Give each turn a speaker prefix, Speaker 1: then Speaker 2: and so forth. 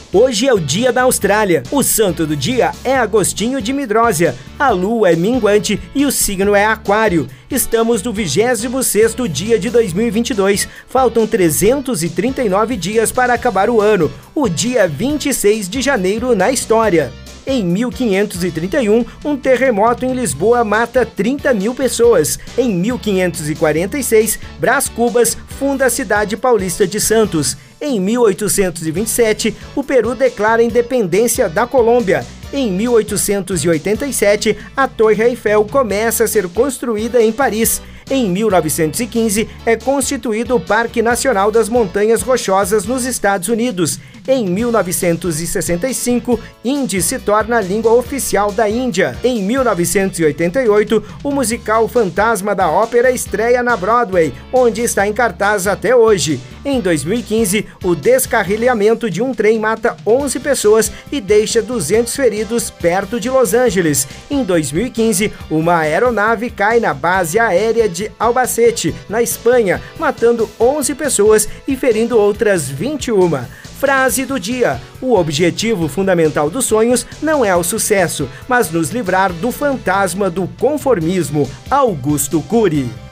Speaker 1: Hoje é o dia da Austrália. O santo do dia é Agostinho de Midrósia. A lua é minguante e o signo é Aquário. Estamos no 26º dia de 2022. Faltam 339 dias para acabar o ano. O dia 26 de janeiro na história. Em 1531, um terremoto em Lisboa mata 30 mil pessoas. Em 1546, Brás Cubas funda a cidade paulista de Santos. Em 1827, o Peru declara a independência da Colômbia. Em 1887, a Torre Eiffel começa a ser construída em Paris. Em 1915, é constituído o Parque Nacional das Montanhas Rochosas nos Estados Unidos. Em 1965, hindi se torna a língua oficial da Índia. Em 1988, o musical Fantasma da Ópera estreia na Broadway, onde está em cartaz até hoje. Em 2015, o descarrilhamento de um trem mata 11 pessoas e deixa 200 feridos perto de Los Angeles. Em 2015, uma aeronave cai na base aérea de Albacete, na Espanha, matando 11 pessoas e ferindo outras 21. Frase do dia: o objetivo fundamental dos sonhos não é o sucesso, mas nos livrar do fantasma do conformismo. Augusto Cury.